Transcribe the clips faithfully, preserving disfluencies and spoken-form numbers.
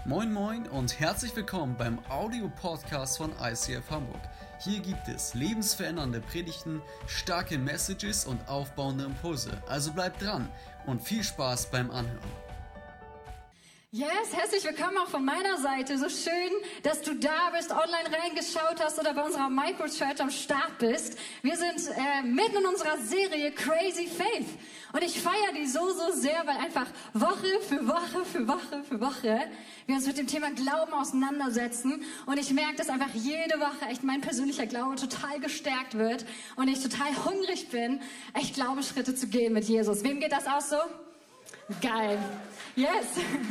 Moin Moin und herzlich willkommen beim Audio-Podcast von I C F Hamburg. Hier gibt es lebensverändernde Predigten, starke Messages und aufbauende Impulse. Also bleibt dran und viel Spaß beim Anhören. Yes, herzlich willkommen auch von meiner Seite. So schön, dass du da bist, online reingeschaut hast oder bei unserer Microchurch am Start bist. Wir sind äh, mitten in unserer Serie Crazy Faith. Und ich feiere die so, so sehr, weil einfach Woche für Woche für Woche für Woche wir uns mit dem Thema Glauben auseinandersetzen. Und ich merke, dass einfach jede Woche echt mein persönlicher Glaube total gestärkt wird und ich total hungrig bin, echt Glaubensschritte zu gehen mit Jesus. Wem geht das auch so? Geil. Yes.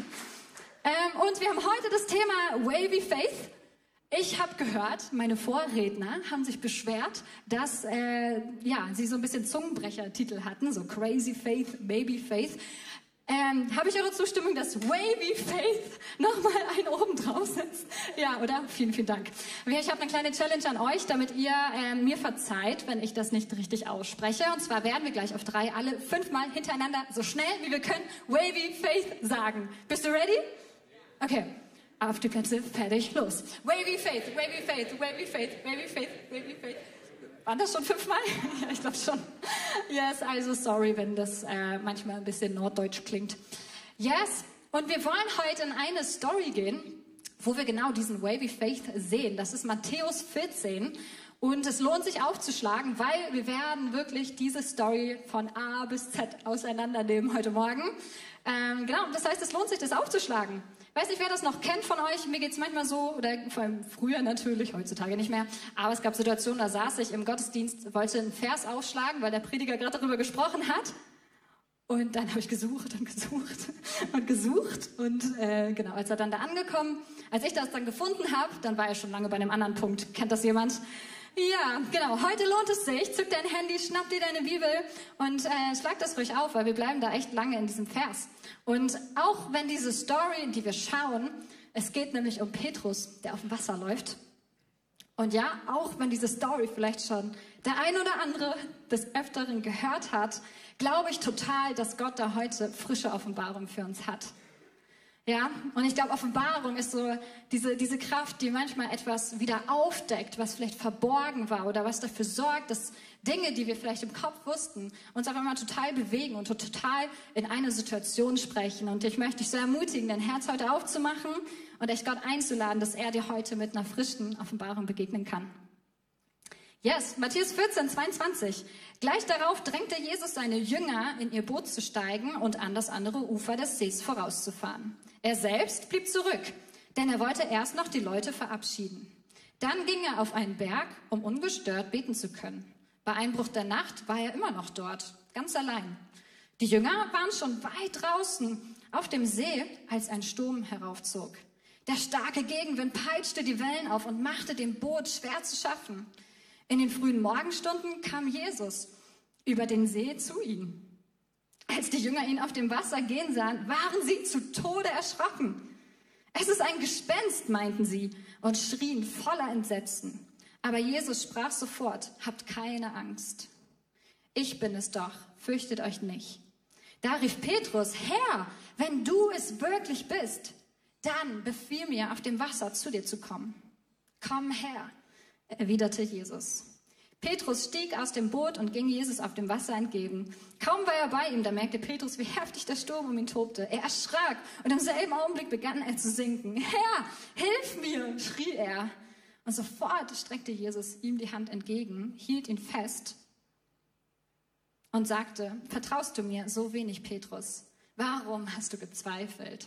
ähm, und wir haben heute das Thema Wavy Faith. Ich habe gehört, meine Vorredner haben sich beschwert, dass äh, ja, sie so ein bisschen Zungenbrecher-Titel hatten, so Crazy Faith, Baby Faith. Ähm, habe ich eure Zustimmung, dass Wavy Faith nochmal einen oben drauf setzt? Ja, oder? Vielen, vielen Dank. Ich habe eine kleine Challenge an euch, damit ihr äh, mir verzeiht, wenn ich das nicht richtig ausspreche. Und zwar werden wir gleich auf drei alle fünfmal hintereinander so schnell wie wir können Wavy Faith sagen. Bist du ready? Okay. Auf die Plätze, fertig, los. Wavy Faith, Wavy Faith, Wavy Faith, Wavy Faith, Wavy Faith. Waren das schon fünfmal? Ja, ich glaube schon. Yes, also sorry, wenn das äh, manchmal ein bisschen norddeutsch klingt. Yes, und wir wollen heute in eine Story gehen, wo wir genau diesen Wavy Faith sehen. Das ist Matthäus vierzehn. Und es lohnt sich aufzuschlagen, weil wir werden wirklich diese Story von A bis Z auseinandernehmen heute Morgen. Ähm, genau, das heißt, es lohnt sich, das aufzuschlagen. Weiß nicht, wer das noch kennt von euch. Mir geht's manchmal so, oder vor allem früher natürlich, heutzutage nicht mehr. Aber es gab Situationen, da saß ich im Gottesdienst, wollte einen Vers aufschlagen, weil der Prediger gerade darüber gesprochen hat. Und dann habe ich gesucht und gesucht und gesucht. Und äh, genau, als er dann da angekommen, als ich das dann gefunden habe, dann war er schon lange bei einem anderen Punkt. Kennt das jemand? Ja, genau. Heute lohnt es sich. Zück dein Handy, schnapp dir deine Bibel und äh, schlag das ruhig auf, weil wir bleiben da echt lange in diesem Vers. Und auch wenn diese Story, die wir schauen, es geht nämlich um Petrus, der auf dem Wasser läuft. Und ja, auch wenn diese Story vielleicht schon der ein oder andere des Öfteren gehört hat, glaube ich total, dass Gott da heute frische Offenbarung für uns hat. Ja, und ich glaube, Offenbarung ist so diese, diese Kraft, die manchmal etwas wieder aufdeckt, was vielleicht verborgen war oder was dafür sorgt, dass Dinge, die wir vielleicht im Kopf wussten, uns auf einmal total bewegen und total in eine Situation sprechen. Und ich möchte dich so ermutigen, dein Herz heute aufzumachen und echt Gott einzuladen, dass er dir heute mit einer frischen Offenbarung begegnen kann. Yes, Matthäus vierzehn, zweiundzwanzig. Gleich darauf drängte Jesus seine Jünger, in ihr Boot zu steigen und an das andere Ufer des Sees vorauszufahren. Er selbst blieb zurück, denn er wollte erst noch die Leute verabschieden. Dann ging er auf einen Berg, um ungestört beten zu können. Bei Einbruch der Nacht war er immer noch dort, ganz allein. Die Jünger waren schon weit draußen auf dem See, als ein Sturm heraufzog. Der starke Gegenwind peitschte die Wellen auf und machte dem Boot schwer zu schaffen. In den frühen Morgenstunden kam Jesus über den See zu ihnen. Als die Jünger ihn auf dem Wasser gehen sahen, waren sie zu Tode erschrocken. Es ist ein Gespenst, meinten sie und schrien voller Entsetzen. Aber Jesus sprach sofort, habt keine Angst. Ich bin es doch, fürchtet euch nicht. Da rief Petrus, Herr, wenn du es wirklich bist, dann befiehl mir, auf dem Wasser zu dir zu kommen. Komm her, erwiderte Jesus. Petrus stieg aus dem Boot und ging Jesus auf dem Wasser entgegen. Kaum war er bei ihm, da merkte Petrus, wie heftig der Sturm um ihn tobte. Er erschrak und im selben Augenblick begann er zu sinken. Herr, hilf mir, schrie er. Und sofort streckte Jesus ihm die Hand entgegen, hielt ihn fest und sagte, vertraust du mir so wenig, Petrus? Warum hast du gezweifelt?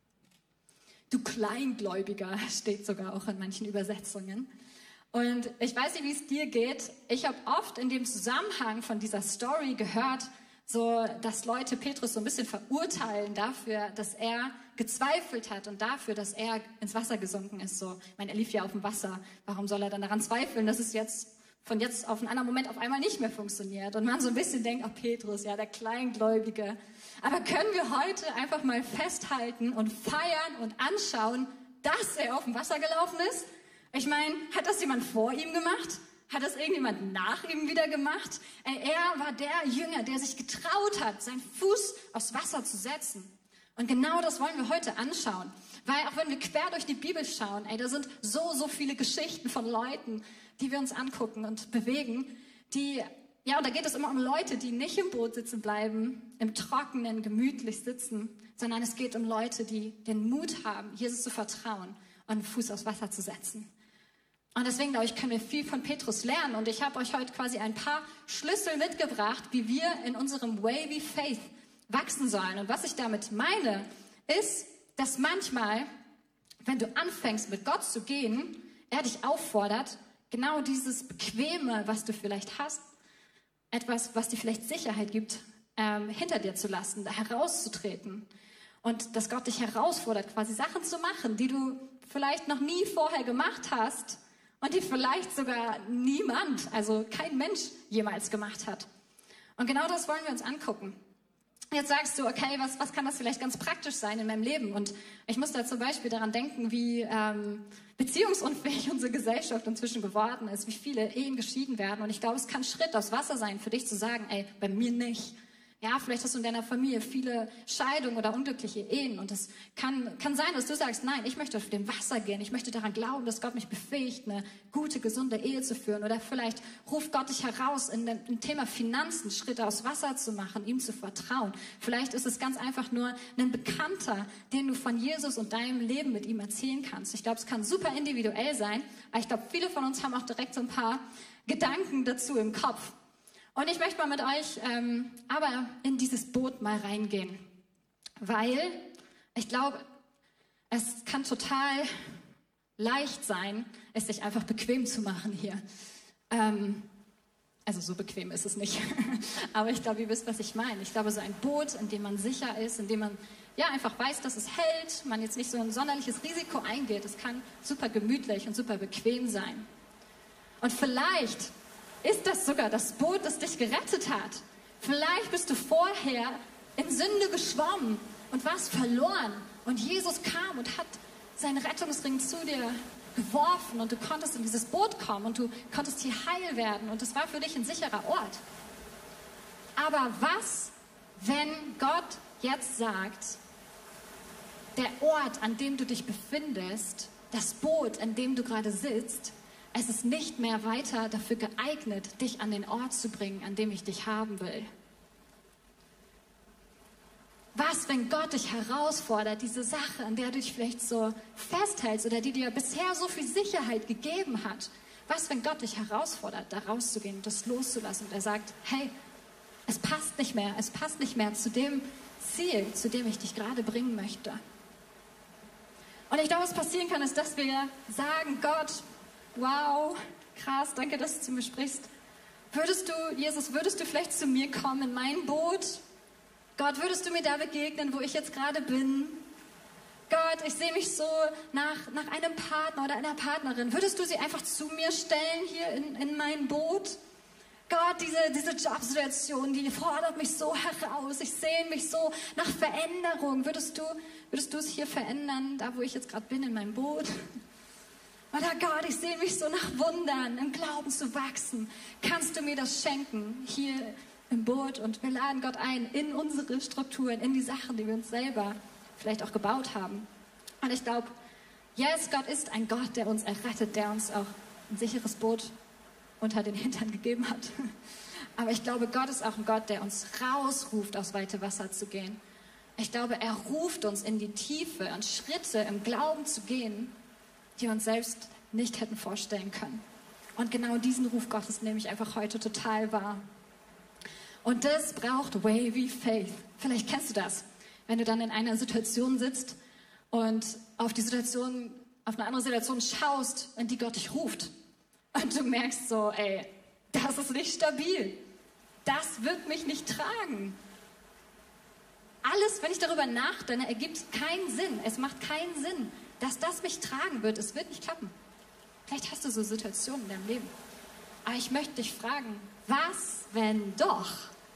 Du Kleingläubiger, steht sogar auch in manchen Übersetzungen. Und ich weiß nicht, wie es dir geht. Ich habe oft in dem Zusammenhang von dieser Story gehört, so, dass Leute Petrus so ein bisschen verurteilen dafür, dass er gezweifelt hat und dafür, dass er ins Wasser gesunken ist. So, ich meine, er lief ja auf dem Wasser. Warum soll er dann daran zweifeln, dass es jetzt von jetzt auf einen anderen Moment auf einmal nicht mehr funktioniert? Und man so ein bisschen denkt, oh Petrus, ja, der Kleingläubige. Aber können wir heute einfach mal festhalten und feiern und anschauen, dass er auf dem Wasser gelaufen ist? Ich meine, hat das jemand vor ihm gemacht? Hat das irgendjemand nach ihm wieder gemacht? Er war der Jünger, der sich getraut hat, seinen Fuß aufs Wasser zu setzen. Und genau das wollen wir heute anschauen. Weil auch wenn wir quer durch die Bibel schauen, ey, da sind so, so viele Geschichten von Leuten, die wir uns angucken und bewegen, die, ja, und da geht es immer um Leute, die nicht im Boot sitzen bleiben, im Trockenen, gemütlich sitzen, sondern es geht um Leute, die den Mut haben, Jesus zu vertrauen und einen Fuß aufs Wasser zu setzen. Und deswegen, glaube ich, können wir viel von Petrus lernen. Und ich habe euch heute quasi ein paar Schlüssel mitgebracht, wie wir in unserem Wavy Faith wachsen sollen. Und was ich damit meine, ist, dass manchmal, wenn du anfängst, mit Gott zu gehen, er dich auffordert, genau dieses Bequeme, was du vielleicht hast, etwas, was dir vielleicht Sicherheit gibt, ähm, hinter dir zu lassen, da herauszutreten. Und dass Gott dich herausfordert, quasi Sachen zu machen, die du vielleicht noch nie vorher gemacht hast und die vielleicht sogar niemand, also kein Mensch jemals gemacht hat. Und genau das wollen wir uns angucken. Jetzt sagst du, okay, was, was kann das vielleicht ganz praktisch sein in meinem Leben? Und ich muss da zum Beispiel daran denken, wie ähm, beziehungsunfähig unsere Gesellschaft inzwischen geworden ist, wie viele Ehen geschieden werden. Und ich glaube, es kann Schritt aufs Wasser sein, für dich zu sagen, ey, bei mir nicht. Ja, vielleicht hast du in deiner Familie viele Scheidungen oder unglückliche Ehen. Und es kann, kann sein, dass du sagst, nein, ich möchte auf dem Wasser gehen. Ich möchte daran glauben, dass Gott mich befähigt, eine gute, gesunde Ehe zu führen. Oder vielleicht ruft Gott dich heraus, in dem Thema Finanzen Schritte aufs Wasser zu machen, ihm zu vertrauen. Vielleicht ist es ganz einfach nur ein Bekannter, den du von Jesus und deinem Leben mit ihm erzählen kannst. Ich glaube, es kann super individuell sein. Aber ich glaube, viele von uns haben auch direkt so ein paar Gedanken dazu im Kopf. Und ich möchte mal mit euch ähm, aber in dieses Boot mal reingehen, weil ich glaube, es kann total leicht sein, es sich einfach bequem zu machen hier. Ähm, also so bequem ist es nicht, aber ich glaube, ihr wisst, was ich meine. Ich glaube, so ein Boot, in dem man sicher ist, in dem man ja einfach weiß, dass es hält, man jetzt nicht so ein sonderliches Risiko eingeht, es kann super gemütlich und super bequem sein. Und vielleicht ist das sogar das Boot, das dich gerettet hat. Vielleicht bist du vorher in Sünde geschwommen und warst verloren. Und Jesus kam und hat seinen Rettungsring zu dir geworfen und du konntest in dieses Boot kommen und du konntest hier heil werden. Und es war für dich ein sicherer Ort. Aber was, wenn Gott jetzt sagt, der Ort, an dem du dich befindest, das Boot, an dem du gerade sitzt, es ist nicht mehr weiter dafür geeignet, dich an den Ort zu bringen, an dem ich dich haben will. Was, wenn Gott dich herausfordert, diese Sache, an der du dich vielleicht so festhältst oder die dir bisher so viel Sicherheit gegeben hat? Was, wenn Gott dich herausfordert, da rauszugehen und das loszulassen? Und er sagt, hey, es passt nicht mehr, es passt nicht mehr zu dem Ziel, zu dem ich dich gerade bringen möchte. Und ich glaube, was passieren kann, ist, dass wir sagen, Gott, wow, krass, danke, dass du zu mir sprichst. Würdest du, Jesus, würdest du vielleicht zu mir kommen in mein Boot? Gott, würdest du mir da begegnen, wo ich jetzt gerade bin? Gott, ich sehe mich so nach, nach einem Partner oder einer Partnerin. Würdest du sie einfach zu mir stellen hier in, in mein Boot? Gott, diese, diese Jobsituation, die fordert mich so heraus. Ich sehne mich so nach Veränderung. Würdest du, würdest du es hier verändern, da wo ich jetzt gerade bin, in meinem Boot? Oder Gott, ich sehe mich so nach Wundern, im Glauben zu wachsen. Kannst du mir das schenken, hier im Boot? Und wir laden Gott ein in unsere Strukturen, in die Sachen, die wir uns selber vielleicht auch gebaut haben. Und ich glaube, yes, Gott ist ein Gott, der uns errettet, der uns auch ein sicheres Boot unter den Hintern gegeben hat. Aber ich glaube, Gott ist auch ein Gott, der uns rausruft, aufs weite Wasser zu gehen. Ich glaube, er ruft uns in die Tiefe und Schritte im Glauben zu gehen, die wir uns selbst nicht hätten vorstellen können. Und genau diesen Ruf Gottes nehme ich einfach heute total wahr. Und das braucht Wavy Faith. Vielleicht kennst du das, wenn du dann in einer Situation sitzt und auf die Situation, auf eine andere Situation schaust, in die Gott dich ruft. Und du merkst so, ey, das ist nicht stabil. Das wird mich nicht tragen. Alles, wenn ich darüber nachdenke, ergibt keinen Sinn. Es macht keinen Sinn, dass das mich tragen wird. Es wird nicht klappen. Vielleicht hast du so Situationen in deinem Leben. Aber ich möchte dich fragen, was, wenn doch?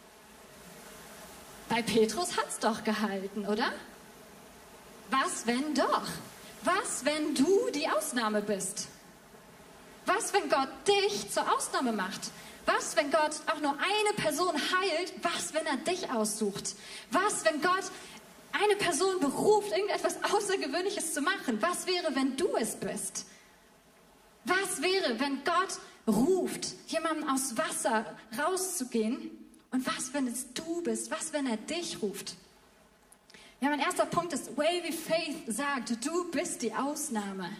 Bei Petrus hat es doch gehalten, oder? Was, wenn doch? Was, wenn du die Ausnahme bist? Was, wenn Gott dich zur Ausnahme macht? Was, wenn Gott auch nur eine Person heilt? Was, wenn er dich aussucht? Was, wenn Gott eine Person beruft, irgendetwas Außergewöhnliches zu machen. Was wäre, wenn du es bist? Was wäre, wenn Gott ruft, jemanden aus Wasser rauszugehen? Und was, wenn es du bist? Was, wenn er dich ruft? Ja, mein erster Punkt ist, Wavy Faith sagt, du bist die Ausnahme.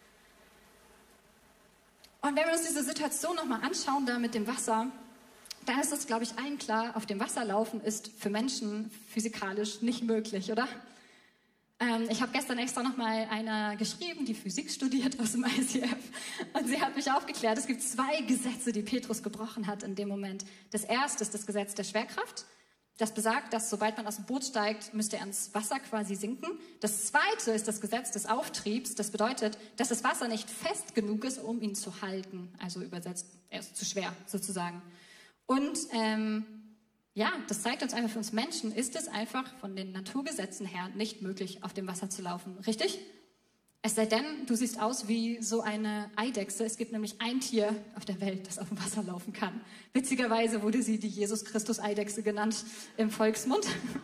Und wenn wir uns diese Situation nochmal anschauen, da mit dem Wasser, dann ist es, glaube ich, allen klar, auf dem Wasser laufen ist für Menschen physikalisch nicht möglich, oder? Ähm, ich habe gestern extra nochmal einer geschrieben, die Physik studiert aus dem I C F. Und sie hat mich aufgeklärt, es gibt zwei Gesetze, die Petrus gebrochen hat in dem Moment. Das erste ist das Gesetz der Schwerkraft. Das besagt, dass sobald man aus dem Boot steigt, müsste er ins Wasser quasi sinken. Das zweite ist das Gesetz des Auftriebs. Das bedeutet, dass das Wasser nicht fest genug ist, um ihn zu halten. Also übersetzt, er ist zu schwer sozusagen. Und ähm, ja, das zeigt uns einfach, für uns Menschen ist es einfach von den Naturgesetzen her nicht möglich, auf dem Wasser zu laufen. Richtig? Es sei denn, du siehst aus wie so eine Eidechse. Es gibt nämlich ein Tier auf der Welt, das auf dem Wasser laufen kann. Witzigerweise wurde sie die Jesus-Christus-Eidechse genannt im Volksmund.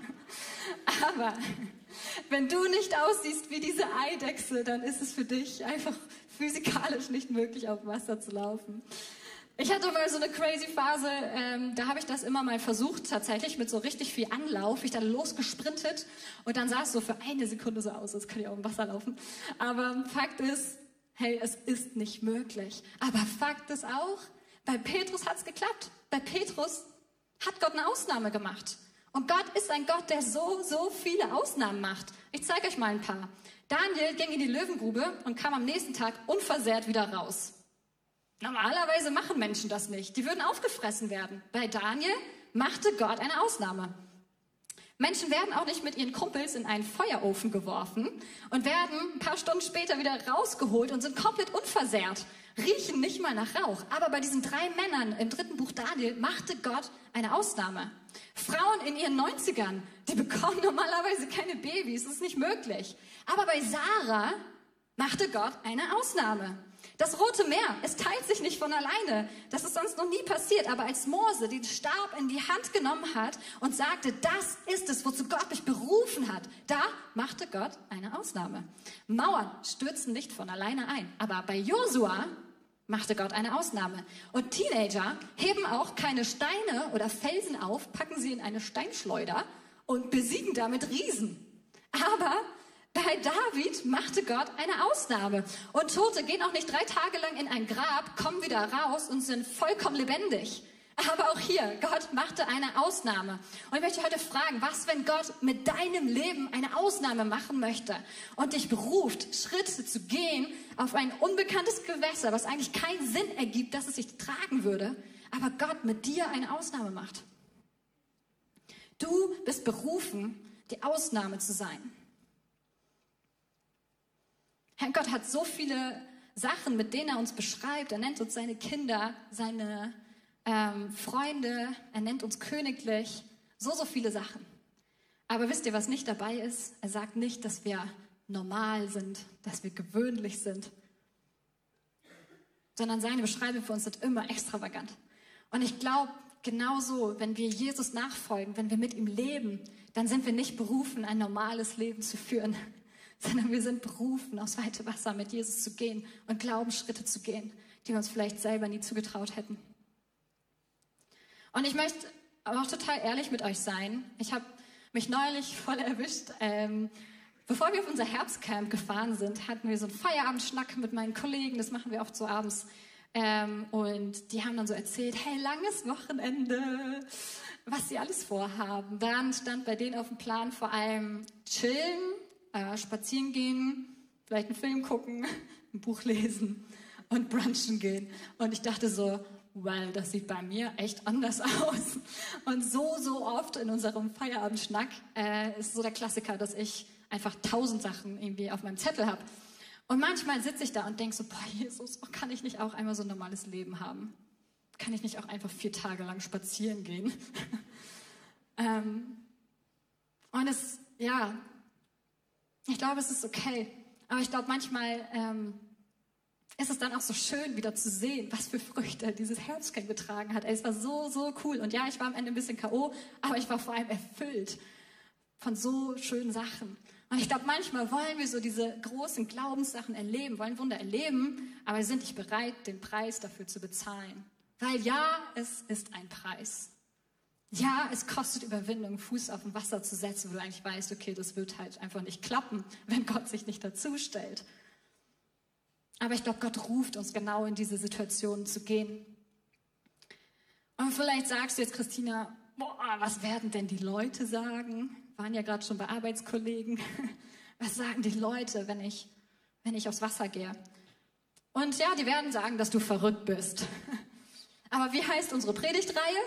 Aber wenn du nicht aussiehst wie diese Eidechse, dann ist es für dich einfach physikalisch nicht möglich, auf dem Wasser zu laufen. Ich hatte mal so eine crazy Phase, ähm, da habe ich das immer mal versucht, tatsächlich mit so richtig viel Anlauf. Ich dann losgesprintet und dann sah es so für eine Sekunde so aus, als könnte ich auch im Wasser laufen. Aber Fakt ist, hey, es ist nicht möglich. Aber Fakt ist auch, bei Petrus hat es geklappt. Bei Petrus hat Gott eine Ausnahme gemacht. Und Gott ist ein Gott, der so, so viele Ausnahmen macht. Ich zeige euch mal ein paar. Daniel ging in die Löwengrube und kam am nächsten Tag unversehrt wieder raus. Normalerweise machen Menschen das nicht. Die würden aufgefressen werden. Bei Daniel machte Gott eine Ausnahme. Menschen werden auch nicht mit ihren Kumpels in einen Feuerofen geworfen und werden ein paar Stunden später wieder rausgeholt und sind komplett unversehrt, riechen nicht mal nach Rauch. Aber bei diesen drei Männern im dritten Buch Daniel machte Gott eine Ausnahme. Frauen in ihren neunzigern, die bekommen normalerweise keine Babys, das ist nicht möglich. Aber bei Sarah machte Gott eine Ausnahme. Das Rote Meer, es teilt sich nicht von alleine. Das ist sonst noch nie passiert. Aber als Mose den Stab in die Hand genommen hat und sagte, das ist es, wozu Gott mich berufen hat, da machte Gott eine Ausnahme. Mauern stürzen nicht von alleine ein. Aber bei Josua machte Gott eine Ausnahme. Und Teenager heben auch keine Steine oder Felsen auf, packen sie in eine Steinschleuder und besiegen damit Riesen. Aber bei David machte Gott eine Ausnahme. Und Tote gehen auch nicht drei Tage lang in ein Grab, kommen wieder raus und sind vollkommen lebendig. Aber auch hier, Gott machte eine Ausnahme. Und ich möchte heute fragen, was, wenn Gott mit deinem Leben eine Ausnahme machen möchte und dich beruft, Schritte zu gehen auf ein unbekanntes Gewässer, was eigentlich keinen Sinn ergibt, dass es sich tragen würde, aber Gott mit dir eine Ausnahme macht. Du bist berufen, die Ausnahme zu sein. Herr Gott hat so viele Sachen, mit denen er uns beschreibt. Er nennt uns seine Kinder, seine ähm, Freunde, er nennt uns königlich. So, so viele Sachen. Aber wisst ihr, was nicht dabei ist? Er sagt nicht, dass wir normal sind, dass wir gewöhnlich sind. Sondern seine Beschreibungen für uns sind immer extravagant. Und ich glaube, genauso, wenn wir Jesus nachfolgen, wenn wir mit ihm leben, dann sind wir nicht berufen, ein normales Leben zu führen, sondern wir sind berufen, aufs weite Wasser mit Jesus zu gehen und Glaubensschritte zu gehen, die wir uns vielleicht selber nie zugetraut hätten. Und ich möchte aber auch total ehrlich mit euch sein. Ich habe mich neulich voll erwischt. Ähm, bevor wir auf unser Herbstcamp gefahren sind, hatten wir so einen Feierabendschnack mit meinen Kollegen. Das machen wir oft so abends. Ähm, und die haben dann so erzählt, hey, langes Wochenende, was sie alles vorhaben. Dann stand bei denen auf dem Plan vor allem chillen, Äh, spazieren gehen, vielleicht einen Film gucken, ein Buch lesen und brunchen gehen. Und ich dachte so, well, das sieht bei mir echt anders aus. Und so, so oft in unserem Feierabendschnack äh, ist so der Klassiker, dass ich einfach tausend Sachen irgendwie auf meinem Zettel habe. Und manchmal sitze ich da und denke so, boah, Jesus, kann ich nicht auch einmal so ein normales Leben haben? Kann ich nicht auch einfach vier Tage lang spazieren gehen? ähm, und es, ja, ich glaube, es ist okay. Aber ich glaube, manchmal ähm, ist es dann auch so schön, wieder zu sehen, was für Früchte dieses Herbstcamp getragen hat. Ey, es war so, so cool. Und ja, ich war am Ende ein bisschen K O, aber ich war vor allem erfüllt. von so schönen Sachen. Und ich glaube, manchmal wollen wir so diese großen Glaubenssachen erleben, wollen Wunder erleben, aber wir sind nicht bereit, den Preis dafür zu bezahlen. Weil ja, es ist ein Preis. Ja, es kostet Überwindung, Fuß auf dem Wasser zu setzen, wo du eigentlich weißt, okay, das wird halt einfach nicht klappen, wenn Gott sich nicht dazu stellt. Aber ich glaube, Gott ruft uns genau in diese Situation zu gehen. Und vielleicht sagst du jetzt, Christina, boah, was werden denn die Leute sagen? Waren ja gerade schon bei Arbeitskollegen. Was sagen die Leute, wenn ich, wenn ich aufs Wasser gehe? Und ja, die werden sagen, dass du verrückt bist. Aber wie heißt unsere Predigtreihe?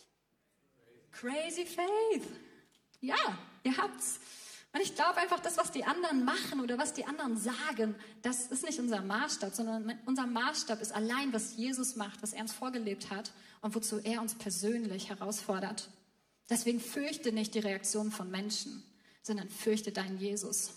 Crazy Faith. Ja, ihr habt's. Und ich glaube einfach, das, was die anderen machen oder was die anderen sagen, das ist nicht unser Maßstab, sondern unser Maßstab ist allein, was Jesus macht, was er uns vorgelebt hat und wozu er uns persönlich herausfordert. Deswegen fürchte nicht die Reaktion von Menschen, sondern fürchte deinen Jesus.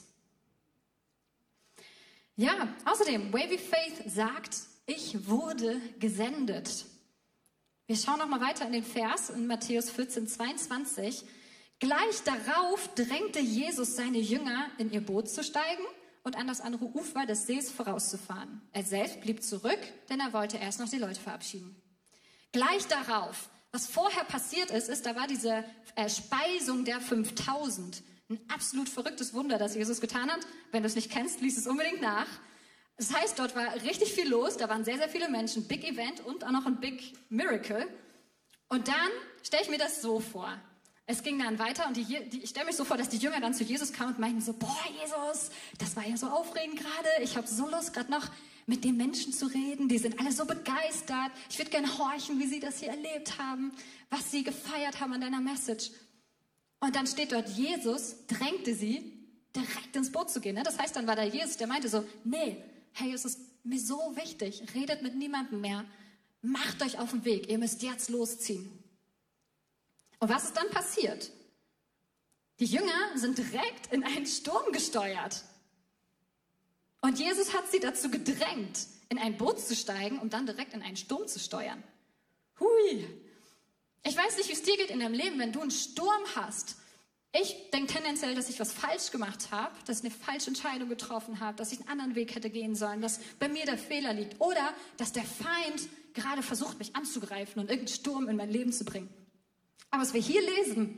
Ja, außerdem, Wavy Faith sagt, ich wurde gesendet. Wir schauen noch mal weiter in den Vers in Matthäus vierzehn, zweiundzwanzig. Gleich darauf drängte Jesus seine Jünger, in ihr Boot zu steigen und an das andere Ufer des Sees vorauszufahren. Er selbst blieb zurück, denn er wollte erst noch die Leute verabschieden. Gleich darauf, was vorher passiert ist, ist, da war diese äh, Speisung der fünftausend. Ein absolut verrücktes Wunder, das Jesus getan hat. Wenn du es nicht kennst, lies es unbedingt nach. Das heißt, dort war richtig viel los, da waren sehr, sehr viele Menschen, Big Event und auch noch ein Big Miracle. Und dann stelle ich mir das so vor. Es ging dann weiter und die, die, ich stelle mir so vor, dass die Jünger dann zu Jesus kamen und meinten so, boah, Jesus, das war ja so aufregend gerade. Ich habe so Lust, gerade noch mit den Menschen zu reden. Die sind alle so begeistert. Ich würde gerne horchen, wie sie das hier erlebt haben, was sie gefeiert haben an deiner Message. Und dann steht dort, Jesus drängte sie, direkt ins Boot zu gehen. Das heißt, dann war da Jesus, der meinte so, nee, hey, es ist mir so wichtig, redet mit niemandem mehr, macht euch auf den Weg, ihr müsst jetzt losziehen. Und was ist dann passiert? Die Jünger sind direkt in einen Sturm gesteuert. Und Jesus hat sie dazu gedrängt, in ein Boot zu steigen und dann direkt in einen Sturm zu steuern. Hui! Ich weiß nicht, wie es dir geht in deinem Leben, wenn du einen Sturm hast. Ich denke tendenziell, dass ich was falsch gemacht habe, dass ich eine falsche Entscheidung getroffen habe, dass ich einen anderen Weg hätte gehen sollen, dass bei mir der Fehler liegt oder dass der Feind gerade versucht, mich anzugreifen und irgendeinen Sturm in mein Leben zu bringen. Aber was wir hier lesen,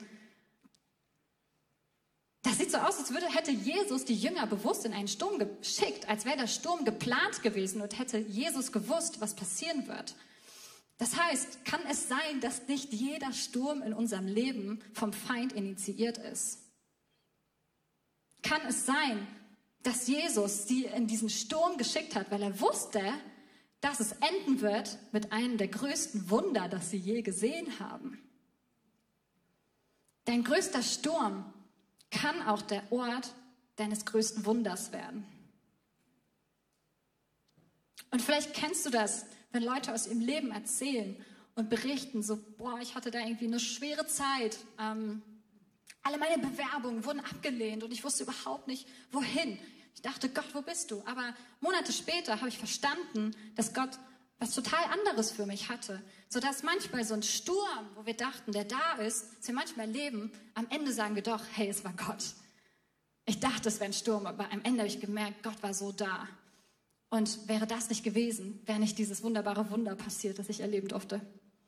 das sieht so aus, als würde, hätte Jesus die Jünger bewusst in einen Sturm geschickt, als wäre der Sturm geplant gewesen und hätte Jesus gewusst, was passieren wird. Das heißt, kann es sein, dass nicht jeder Sturm in unserem Leben vom Feind initiiert ist? Kann es sein, dass Jesus sie in diesen Sturm geschickt hat, weil er wusste, dass es enden wird mit einem der größten Wunder, das sie je gesehen haben? Dein größter Sturm kann auch der Ort deines größten Wunders werden. Und vielleicht kennst du das, wenn Leute aus ihrem Leben erzählen und berichten, so, boah, ich hatte da irgendwie eine schwere Zeit. Ähm, alle meine Bewerbungen wurden abgelehnt und ich wusste überhaupt nicht, wohin. Ich dachte, Gott, wo bist du? Aber Monate später habe ich verstanden, dass Gott was total anderes für mich hatte. Sodass manchmal so ein Sturm, wo wir dachten, der da ist, dass wir manchmal erleben, am Ende sagen wir doch, hey, es war Gott. Ich dachte, es wäre ein Sturm, aber am Ende habe ich gemerkt, Gott war so da. Und wäre das nicht gewesen, wäre nicht dieses wunderbare Wunder passiert, das ich erleben durfte.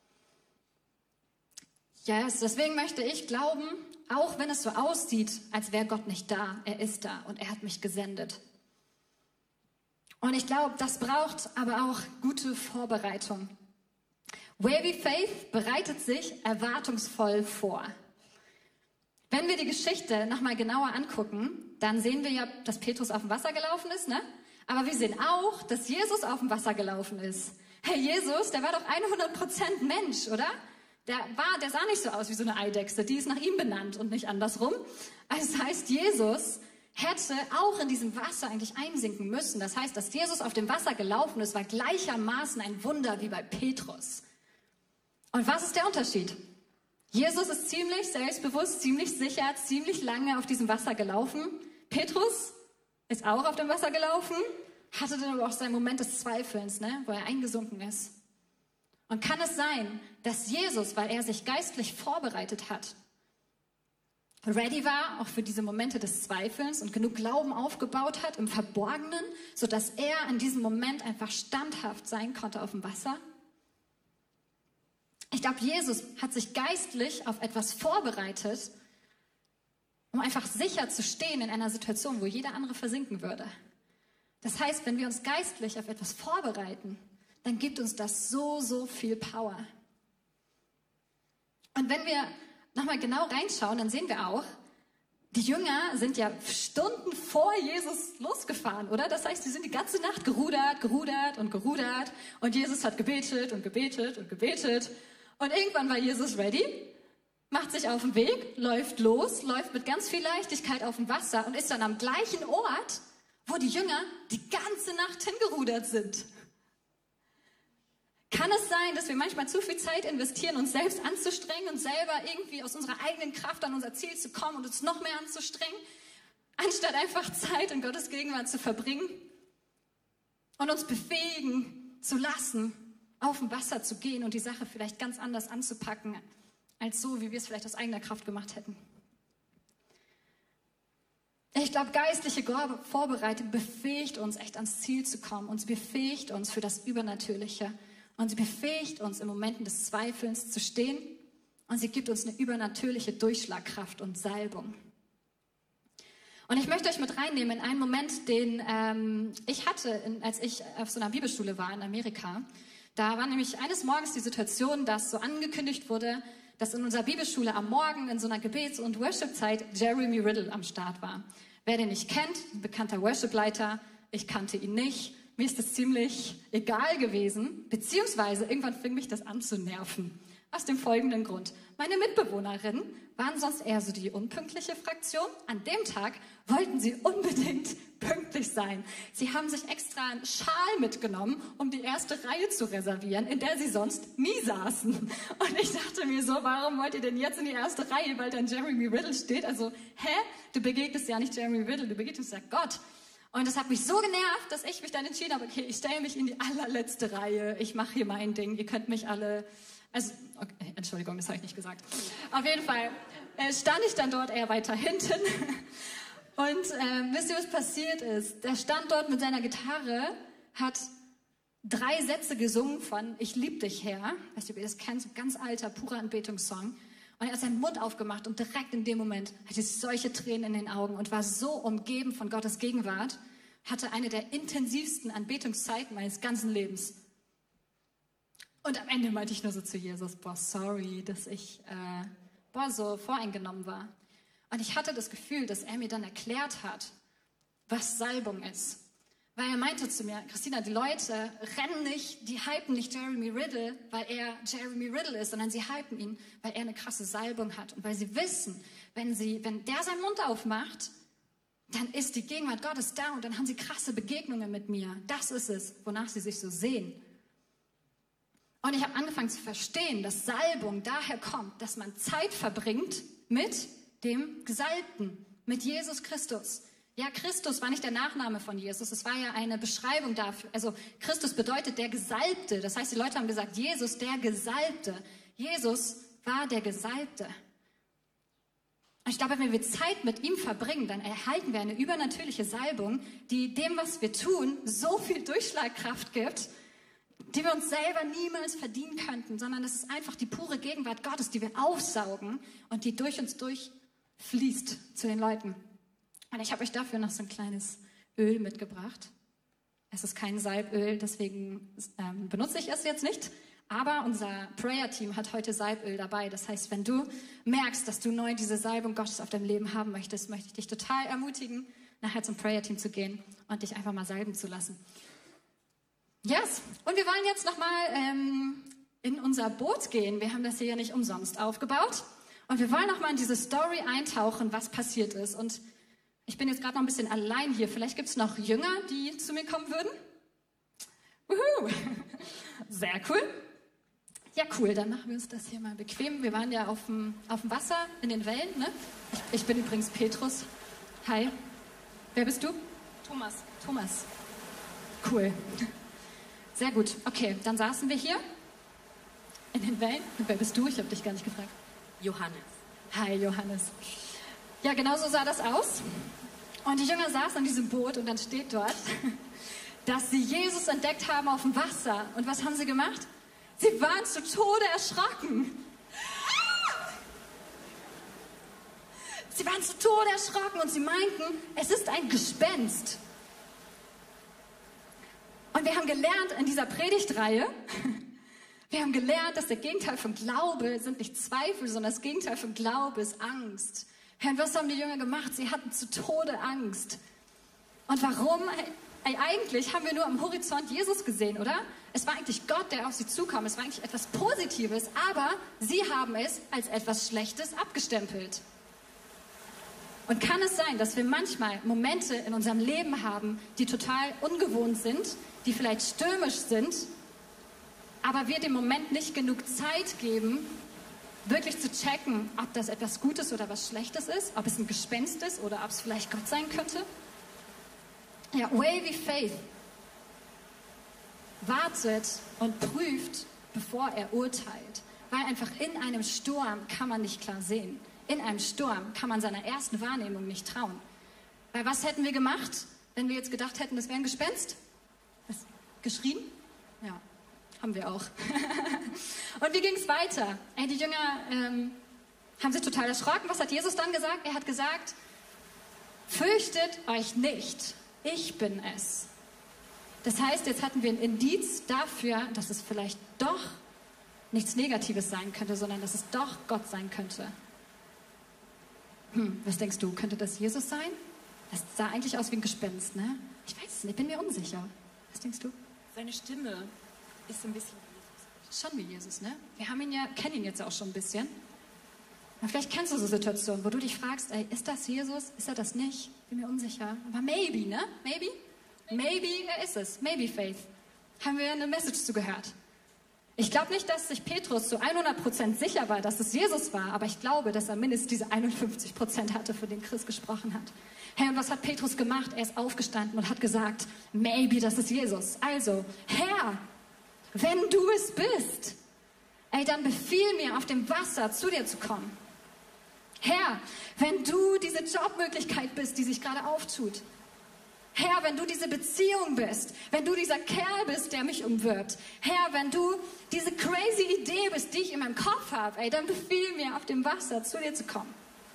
Yes, deswegen möchte ich glauben, auch wenn es so aussieht, als wäre Gott nicht da, er ist da und er hat mich gesendet. Und ich glaube, das braucht aber auch gute Vorbereitung. Wavy Faith bereitet sich erwartungsvoll vor. Wenn wir die Geschichte nochmal genauer angucken, dann sehen wir ja, dass Petrus auf dem Wasser gelaufen ist, ne? Aber wir sehen auch, dass Jesus auf dem Wasser gelaufen ist. Hey, Jesus, der war doch hundert Prozent Mensch, oder? Der war, der sah nicht so aus wie so eine Eidechse, die ist nach ihm benannt und nicht andersrum. Also das heißt, Jesus hätte auch in diesem Wasser eigentlich einsinken müssen. Das heißt, dass Jesus auf dem Wasser gelaufen ist, war gleichermaßen ein Wunder wie bei Petrus. Und was ist der Unterschied? Jesus ist ziemlich selbstbewusst, ziemlich sicher, ziemlich lange auf diesem Wasser gelaufen. Petrus ist auch auf dem Wasser gelaufen, hatte dann aber auch seinen Moment des Zweifelns, ne, wo er eingesunken ist. Und kann es sein, dass Jesus, weil er sich geistlich vorbereitet hat, ready war, auch für diese Momente des Zweifelns und genug Glauben aufgebaut hat im Verborgenen, sodass er in diesem Moment einfach standhaft sein konnte auf dem Wasser. Ich glaube, Jesus hat sich geistlich auf etwas vorbereitet, um einfach sicher zu stehen in einer Situation, wo jeder andere versinken würde. Das heißt, wenn wir uns geistlich auf etwas vorbereiten, dann gibt uns das so, so viel Power. Und wenn wir nochmal genau reinschauen, dann sehen wir auch, die Jünger sind ja Stunden vor Jesus losgefahren, oder? Das heißt, sie sind die ganze Nacht gerudert, gerudert und gerudert und Jesus hat gebetet und gebetet und gebetet und irgendwann war Jesus ready, macht sich auf den Weg, läuft los, läuft mit ganz viel Leichtigkeit auf dem Wasser und ist dann am gleichen Ort, wo die Jünger die ganze Nacht hingerudert sind. Kann es sein, dass wir manchmal zu viel Zeit investieren, uns selbst anzustrengen und selber irgendwie aus unserer eigenen Kraft an unser Ziel zu kommen und uns noch mehr anzustrengen, anstatt einfach Zeit in Gottes Gegenwart zu verbringen und uns befähigen zu lassen, auf dem Wasser zu gehen und die Sache vielleicht ganz anders anzupacken, als so, wie wir es vielleicht aus eigener Kraft gemacht hätten? Ich glaube, geistliche Vorbereitung befähigt uns, echt ans Ziel zu kommen. Und sie befähigt uns für das Übernatürliche. Und sie befähigt uns, in Momenten des Zweifelns zu stehen. Und sie gibt uns eine übernatürliche Durchschlagkraft und Salbung. Und ich möchte euch mit reinnehmen in einen Moment, den ähm, ich hatte, in, als ich auf so einer Bibelschule war in Amerika. Da war nämlich eines Morgens die Situation, dass so angekündigt wurde, dass in unserer Bibelschule am Morgen in so einer Gebets- und Worship-Zeit Jeremy Riddle am Start war. Wer den nicht kennt, ein bekannter Worship-Leiter, ich kannte ihn nicht. Mir ist das ziemlich egal gewesen, beziehungsweise irgendwann fing mich das an zu nerven. Aus dem folgenden Grund. Meine Mitbewohnerinnen waren sonst eher so die unpünktliche Fraktion. An dem Tag wollten sie unbedingt pünktlich sein. Sie haben sich extra einen Schal mitgenommen, um die erste Reihe zu reservieren, in der sie sonst nie saßen. Und ich dachte mir so, warum wollt ihr denn jetzt in die erste Reihe, weil dann Jeremy Riddle steht? Also, hä? Du begegnest ja nicht Jeremy Riddle, du begegnest ja Gott. Und das hat mich so genervt, dass ich mich dann entschieden habe, okay, ich stelle mich in die allerletzte Reihe, ich mache hier mein Ding, ihr könnt mich alle... Also, okay, Entschuldigung, das habe ich nicht gesagt. Auf jeden Fall äh, stand ich dann dort eher weiter hinten. Und äh, wisst ihr, was passiert ist? Der stand dort mit seiner Gitarre, hat drei Sätze gesungen von Ich lieb dich, Herr. Weißt du, ob ihr das kennt? So ein ganz alter, purer Anbetungssong. Und er hat seinen Mund aufgemacht und direkt in dem Moment hatte ich solche Tränen in den Augen und war so umgeben von Gottes Gegenwart, hatte eine der intensivsten Anbetungszeiten meines ganzen Lebens. Und am Ende meinte ich nur so zu Jesus, boah, sorry, dass ich äh, boah, so voreingenommen war. Und ich hatte das Gefühl, dass er mir dann erklärt hat, was Salbung ist. Weil er meinte zu mir, Christina, die Leute rennen nicht, die hypen nicht Jeremy Riddle, weil er Jeremy Riddle ist, sondern sie hypen ihn, weil er eine krasse Salbung hat. Und weil sie wissen, wenn, sie, wenn der seinen Mund aufmacht, dann ist die Gegenwart Gottes da und dann haben sie krasse Begegnungen mit mir. Das ist es, wonach sie sich so sehen. Und ich habe angefangen zu verstehen, dass Salbung daher kommt, dass man Zeit verbringt mit dem Gesalbten, mit Jesus Christus. Ja, Christus war nicht der Nachname von Jesus, es war ja eine Beschreibung dafür. Also Christus bedeutet der Gesalbte. Das heißt, die Leute haben gesagt, Jesus, der Gesalbte. Jesus war der Gesalbte. Und ich glaube, wenn wir Zeit mit ihm verbringen, dann erhalten wir eine übernatürliche Salbung, die dem, was wir tun, so viel Durchschlagkraft gibt, die wir uns selber niemals verdienen könnten, sondern es ist einfach die pure Gegenwart Gottes, die wir aufsaugen und die durch uns durchfließt zu den Leuten. Und ich habe euch dafür noch so ein kleines Öl mitgebracht. Es ist kein Salböl, deswegen ähm, benutze ich es jetzt nicht. Aber unser Prayer-Team hat heute Salböl dabei. Das heißt, wenn du merkst, dass du neu diese Salbung Gottes auf deinem Leben haben möchtest, möchte ich dich total ermutigen, nachher zum Prayer-Team zu gehen und dich einfach mal salben zu lassen. Yes, und wir wollen jetzt nochmal ähm, in unser Boot gehen. Wir haben das hier ja nicht umsonst aufgebaut. Und wir wollen nochmal in diese Story eintauchen, was passiert ist. Und ich bin jetzt gerade noch ein bisschen allein hier. Vielleicht gibt es noch Jünger, die zu mir kommen würden. Uhu. Sehr cool. Ja, cool, dann machen wir uns das hier mal bequem. Wir waren ja auf dem, auf dem Wasser, in den Wellen. Ne? Ich, ich bin übrigens Petrus. Hi. Wer bist du? Thomas. Thomas. Cool. Sehr gut. Okay, dann saßen wir hier in den Wellen. Und wer bist du? Ich habe dich gar nicht gefragt. Johannes. Hi, Johannes. Ja, genau so sah das aus. Und die Jünger saßen in diesem Boot und dann steht dort, dass sie Jesus entdeckt haben auf dem Wasser. Und was haben sie gemacht? Sie waren zu Tode erschrocken. Sie waren zu Tode erschrocken und sie meinten, es ist ein Gespenst. Und wir haben gelernt in dieser Predigtreihe, wir haben gelernt, dass der Gegenteil von Glaube sind nicht Zweifel, sondern das Gegenteil von Glaube ist Angst. Herr, und was haben die Jünger gemacht? Sie hatten zu Tode Angst. Und warum? Ey, eigentlich haben wir nur am Horizont Jesus gesehen, oder? Es war eigentlich Gott, der auf sie zukam. Es war eigentlich etwas Positives, aber sie haben es als etwas Schlechtes abgestempelt. Und kann es sein, dass wir manchmal Momente in unserem Leben haben, die total ungewohnt sind, die vielleicht stürmisch sind, aber wir dem Moment nicht genug Zeit geben, wirklich zu checken, ob das etwas Gutes oder was Schlechtes ist, ob es ein Gespenst ist oder ob es vielleicht Gott sein könnte? Ja, Wavy Faith wartet und prüft, bevor er urteilt. Weil einfach in einem Sturm kann man nicht klar sehen. In einem Sturm kann man seiner ersten Wahrnehmung nicht trauen. Weil was hätten wir gemacht, wenn wir jetzt gedacht hätten, das wäre ein Gespenst? Was? Geschrien? Ja, haben wir auch. Und wie ging es weiter? Ey, die Jünger ähm, haben sich total erschrocken. Was hat Jesus dann gesagt? Er hat gesagt, fürchtet euch nicht, ich bin es. Das heißt, jetzt hatten wir ein Indiz dafür, dass es vielleicht doch nichts Negatives sein könnte, sondern dass es doch Gott sein könnte. Hm, was denkst du, könnte das Jesus sein? Das sah eigentlich aus wie ein Gespenst, ne? Ich weiß es nicht, bin mir unsicher. Was denkst du? Seine Stimme ist ein bisschen wie Jesus. Schon wie Jesus, ne? Wir haben ihn ja, kennen ihn jetzt auch schon ein bisschen. Aber vielleicht kennst du so Situationen, wo du dich fragst, ey, ist das Jesus? Ist er das nicht? Bin mir unsicher. Aber maybe, ne? Maybe? Maybe er ist es. Maybe Faith. Haben wir eine Message zugehört. Ich glaube nicht, dass sich Petrus zu hundert Prozent sicher war, dass es Jesus war, aber ich glaube, dass er mindestens diese einundfünfzig Prozent hatte, von denen Chris gesprochen hat. Herr, und was hat Petrus gemacht? Er ist aufgestanden und hat gesagt, maybe das ist Jesus. Also, Herr, wenn du es bist, ey, dann befiehl mir, auf dem Wasser zu dir zu kommen. Herr, wenn du diese Jobmöglichkeit bist, die sich gerade auftut. Herr, wenn du diese Beziehung bist, wenn du dieser Kerl bist, der mich umwirbt. Herr, wenn du diese crazy Idee bist, die ich in meinem Kopf habe, ey, dann befiehl mir, auf dem Wasser zu dir zu kommen.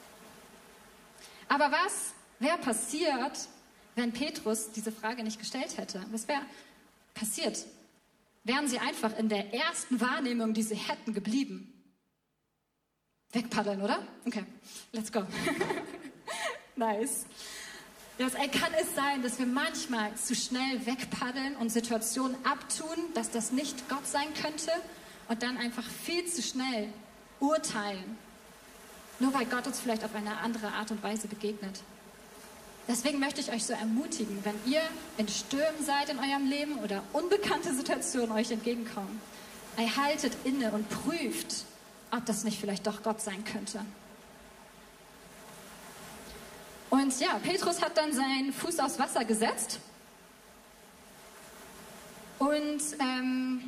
Aber was wäre passiert, wenn Petrus diese Frage nicht gestellt hätte? Was wäre passiert? Wären sie einfach in der ersten Wahrnehmung, die sie hätten, geblieben? Wegpaddeln, oder? Okay, let's go. Nice. Das, ey, kann es sein, dass wir manchmal zu schnell wegpaddeln und Situationen abtun, dass das nicht Gott sein könnte und dann einfach viel zu schnell urteilen, nur weil Gott uns vielleicht auf eine andere Art und Weise begegnet. Deswegen möchte ich euch so ermutigen, wenn ihr in Stürmen seid in eurem Leben oder unbekannte Situationen euch entgegenkommen, ey, haltet inne und prüft, ob das nicht vielleicht doch Gott sein könnte. Und ja, Petrus hat dann seinen Fuß aufs Wasser gesetzt und ähm,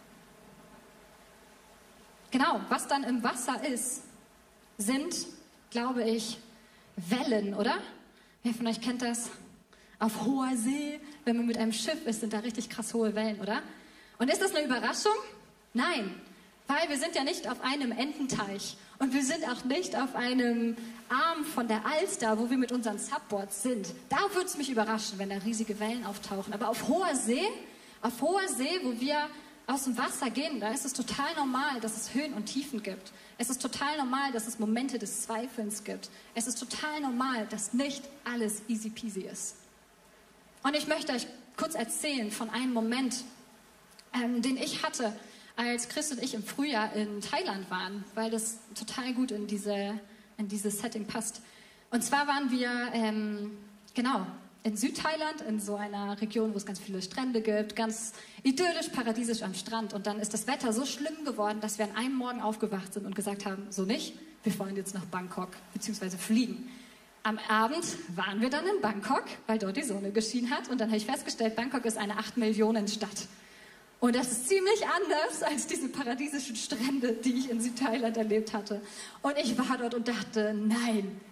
genau, was dann im Wasser ist, sind, glaube ich, Wellen, oder? Wer von euch kennt das? Auf hoher See, wenn man mit einem Schiff ist, sind da richtig krass hohe Wellen, oder? Und ist das eine Überraschung? Nein, weil wir sind ja nicht auf einem Ententeich und wir sind auch nicht auf einem Arm von der Alster, wo wir mit unseren Subboards sind. Da würde es mich überraschen, wenn da riesige Wellen auftauchen. Aber auf hoher See, auf hoher See, wo wir aus dem Wasser gehen, da ist es total normal, dass es Höhen und Tiefen gibt. Es ist total normal, dass es Momente des Zweifelns gibt. Es ist total normal, dass nicht alles easy peasy ist. Und ich möchte euch kurz erzählen von einem Moment, ähm, den ich hatte, als Chris und ich im Frühjahr in Thailand waren, weil das total gut in diese, in dieses Setting passt. Und zwar waren wir, ähm, genau, in Südthailand, in so einer Region, wo es ganz viele Strände gibt, ganz idyllisch, paradiesisch am Strand. Und dann ist das Wetter so schlimm geworden, dass wir an einem Morgen aufgewacht sind und gesagt haben, so nicht, wir fahren jetzt nach Bangkok, beziehungsweise fliegen. Am Abend waren wir dann in Bangkok, weil dort die Sonne geschienen hat. Und dann habe ich festgestellt, Bangkok ist eine acht Millionen Stadt. Und das ist ziemlich anders als diese paradiesischen Strände, die ich in Südthailand erlebt hatte. Und ich war dort und dachte, nein,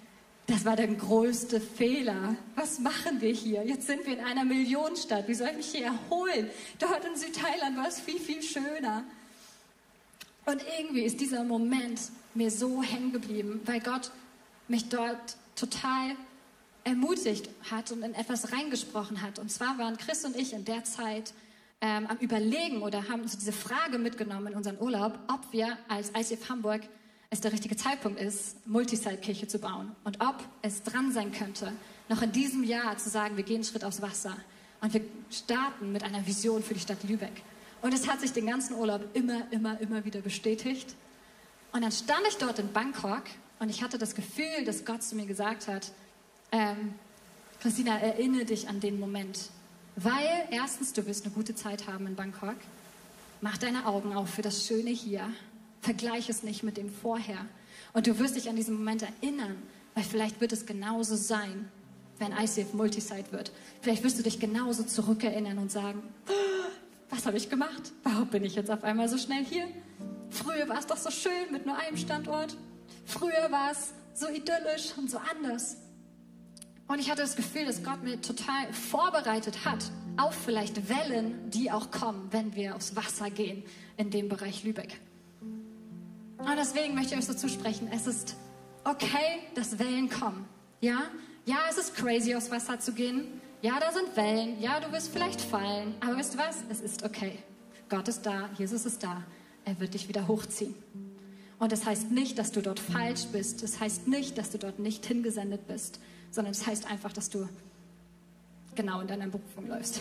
das war der größte Fehler. Was machen wir hier? Jetzt sind wir in einer Millionenstadt. Wie soll ich mich hier erholen? Dort in Südthailand war es viel, viel schöner. Und irgendwie ist dieser Moment mir so hängen geblieben, weil Gott mich dort total ermutigt hat und in etwas reingesprochen hat. Und zwar waren Chris und ich in der Zeit ähm, am Überlegen oder haben uns diese Frage mitgenommen in unseren Urlaub, ob wir als I C F Hamburg es der richtige Zeitpunkt ist, Multisite-Kirche zu bauen und ob es dran sein könnte, noch in diesem Jahr zu sagen, wir gehen einen Schritt aufs Wasser und wir starten mit einer Vision für die Stadt Lübeck. Und es hat sich den ganzen Urlaub immer, immer, immer wieder bestätigt. Und dann stand ich dort in Bangkok und ich hatte das Gefühl, dass Gott zu mir gesagt hat, ähm, Christina, erinnere dich an den Moment, weil erstens, du wirst eine gute Zeit haben in Bangkok, mach deine Augen auf für das Schöne hier. Vergleich es nicht mit dem Vorher. Und du wirst dich an diesen Moment erinnern, weil vielleicht wird es genauso sein, wenn I C F Multisite wird. Vielleicht wirst du dich genauso zurückerinnern und sagen, was habe ich gemacht? Warum bin ich jetzt auf einmal so schnell hier? Früher war es doch so schön mit nur einem Standort. Früher war es so idyllisch und so anders. Und ich hatte das Gefühl, dass Gott mir total vorbereitet hat auf vielleicht Wellen, die auch kommen, wenn wir aufs Wasser gehen in dem Bereich Lübeck. Und deswegen möchte ich euch so zusprechen, es ist okay, dass Wellen kommen. Ja, ja, es ist crazy, aufs Wasser zu gehen. Ja, da sind Wellen. Ja, du wirst vielleicht fallen. Aber wisst ihr was? Es ist okay. Gott ist da. Jesus ist da. Er wird dich wieder hochziehen. Und das heißt nicht, dass du dort falsch bist. Das heißt nicht, dass du dort nicht hingesendet bist. Sondern es heißt einfach, dass du genau in deiner Berufung läufst.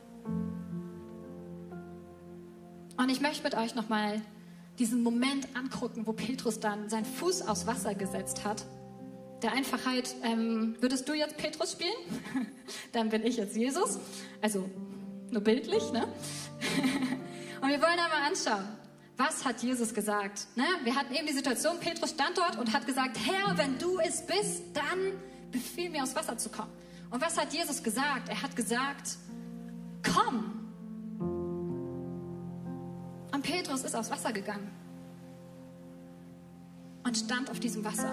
Und ich möchte mit euch nochmal diesen Moment angucken, wo Petrus dann seinen Fuß aufs Wasser gesetzt hat. Der Einfachheit, ähm, würdest du jetzt Petrus spielen? Dann bin ich jetzt Jesus. Also nur bildlich, ne? Und wir wollen einmal anschauen, was hat Jesus gesagt? Ne? Wir hatten eben die Situation, Petrus stand dort und hat gesagt, Herr, wenn du es bist, dann befiehl mir, aufs Wasser zu kommen. Und was hat Jesus gesagt? Er hat gesagt, komm. Und Petrus ist aufs Wasser gegangen und stand auf diesem Wasser.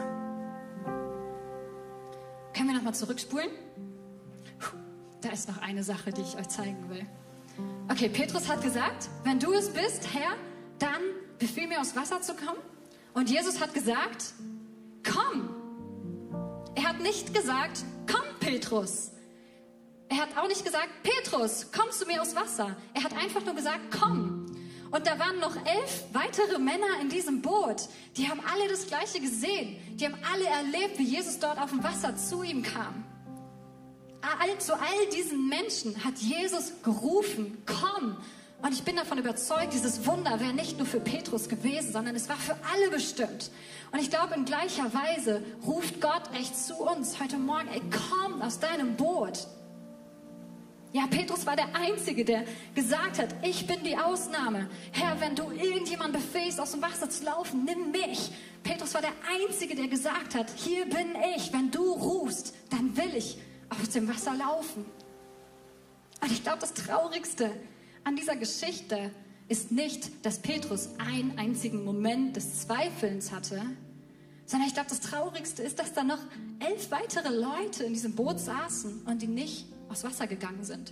Können wir nochmal zurückspulen? Da ist noch eine Sache, die ich euch zeigen will. Okay, Petrus hat gesagt, wenn du es bist, Herr, dann befiehl mir, aufs Wasser zu kommen. Und Jesus hat gesagt, komm. Er hat nicht gesagt, komm, Petrus. Er hat auch nicht gesagt, Petrus, komm zu mir aufs Wasser. Er hat einfach nur gesagt, komm. Und da waren noch elf weitere Männer in diesem Boot. Die haben alle das Gleiche gesehen. Die haben alle erlebt, wie Jesus dort auf dem Wasser zu ihm kam. All, zu all diesen Menschen hat Jesus gerufen, komm. Und ich bin davon überzeugt, dieses Wunder wäre nicht nur für Petrus gewesen, sondern es war für alle bestimmt. Und ich glaube, in gleicher Weise ruft Gott echt zu uns heute Morgen, ey, komm aus deinem Boot. Ja, Petrus war der Einzige, der gesagt hat, ich bin die Ausnahme. Herr, wenn du irgendjemand befähigst, aus dem Wasser zu laufen, nimm mich. Petrus war der Einzige, der gesagt hat, hier bin ich. Wenn du rufst, dann will ich aus dem Wasser laufen. Und ich glaube, das Traurigste an dieser Geschichte ist nicht, dass Petrus einen einzigen Moment des Zweifelns hatte, sondern ich glaube, das Traurigste ist, dass da noch elf weitere Leute in diesem Boot saßen und die nicht aufs Wasser gegangen sind.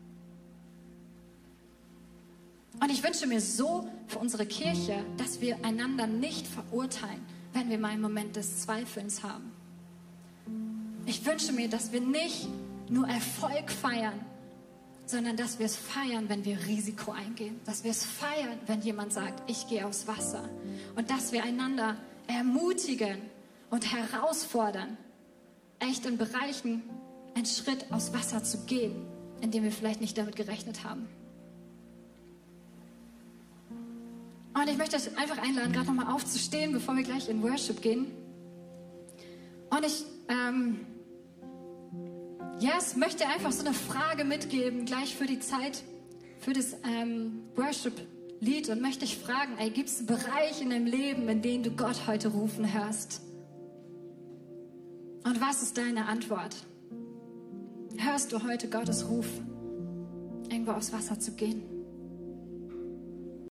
Und ich wünsche mir so für unsere Kirche, dass wir einander nicht verurteilen, wenn wir mal einen Moment des Zweifelns haben. Ich wünsche mir, dass wir nicht nur Erfolg feiern, sondern dass wir es feiern, wenn wir Risiko eingehen. Dass wir es feiern, wenn jemand sagt, ich gehe aufs Wasser. Und dass wir einander ermutigen und herausfordern, echt in Bereichen einen Schritt aufs Wasser zu gehen, in dem wir vielleicht nicht damit gerechnet haben. Und ich möchte euch einfach einladen, gerade nochmal aufzustehen, bevor wir gleich in Worship gehen. Und ich ähm, yes, möchte einfach so eine Frage mitgeben, gleich für die Zeit, für das ähm, Worship-Lied. Und möchte ich fragen, ey, gibt es einen Bereich in deinem Leben, in dem du Gott heute rufen hörst? Und was ist deine Antwort? Hörst du heute Gottes Ruf, irgendwo aufs Wasser zu gehen?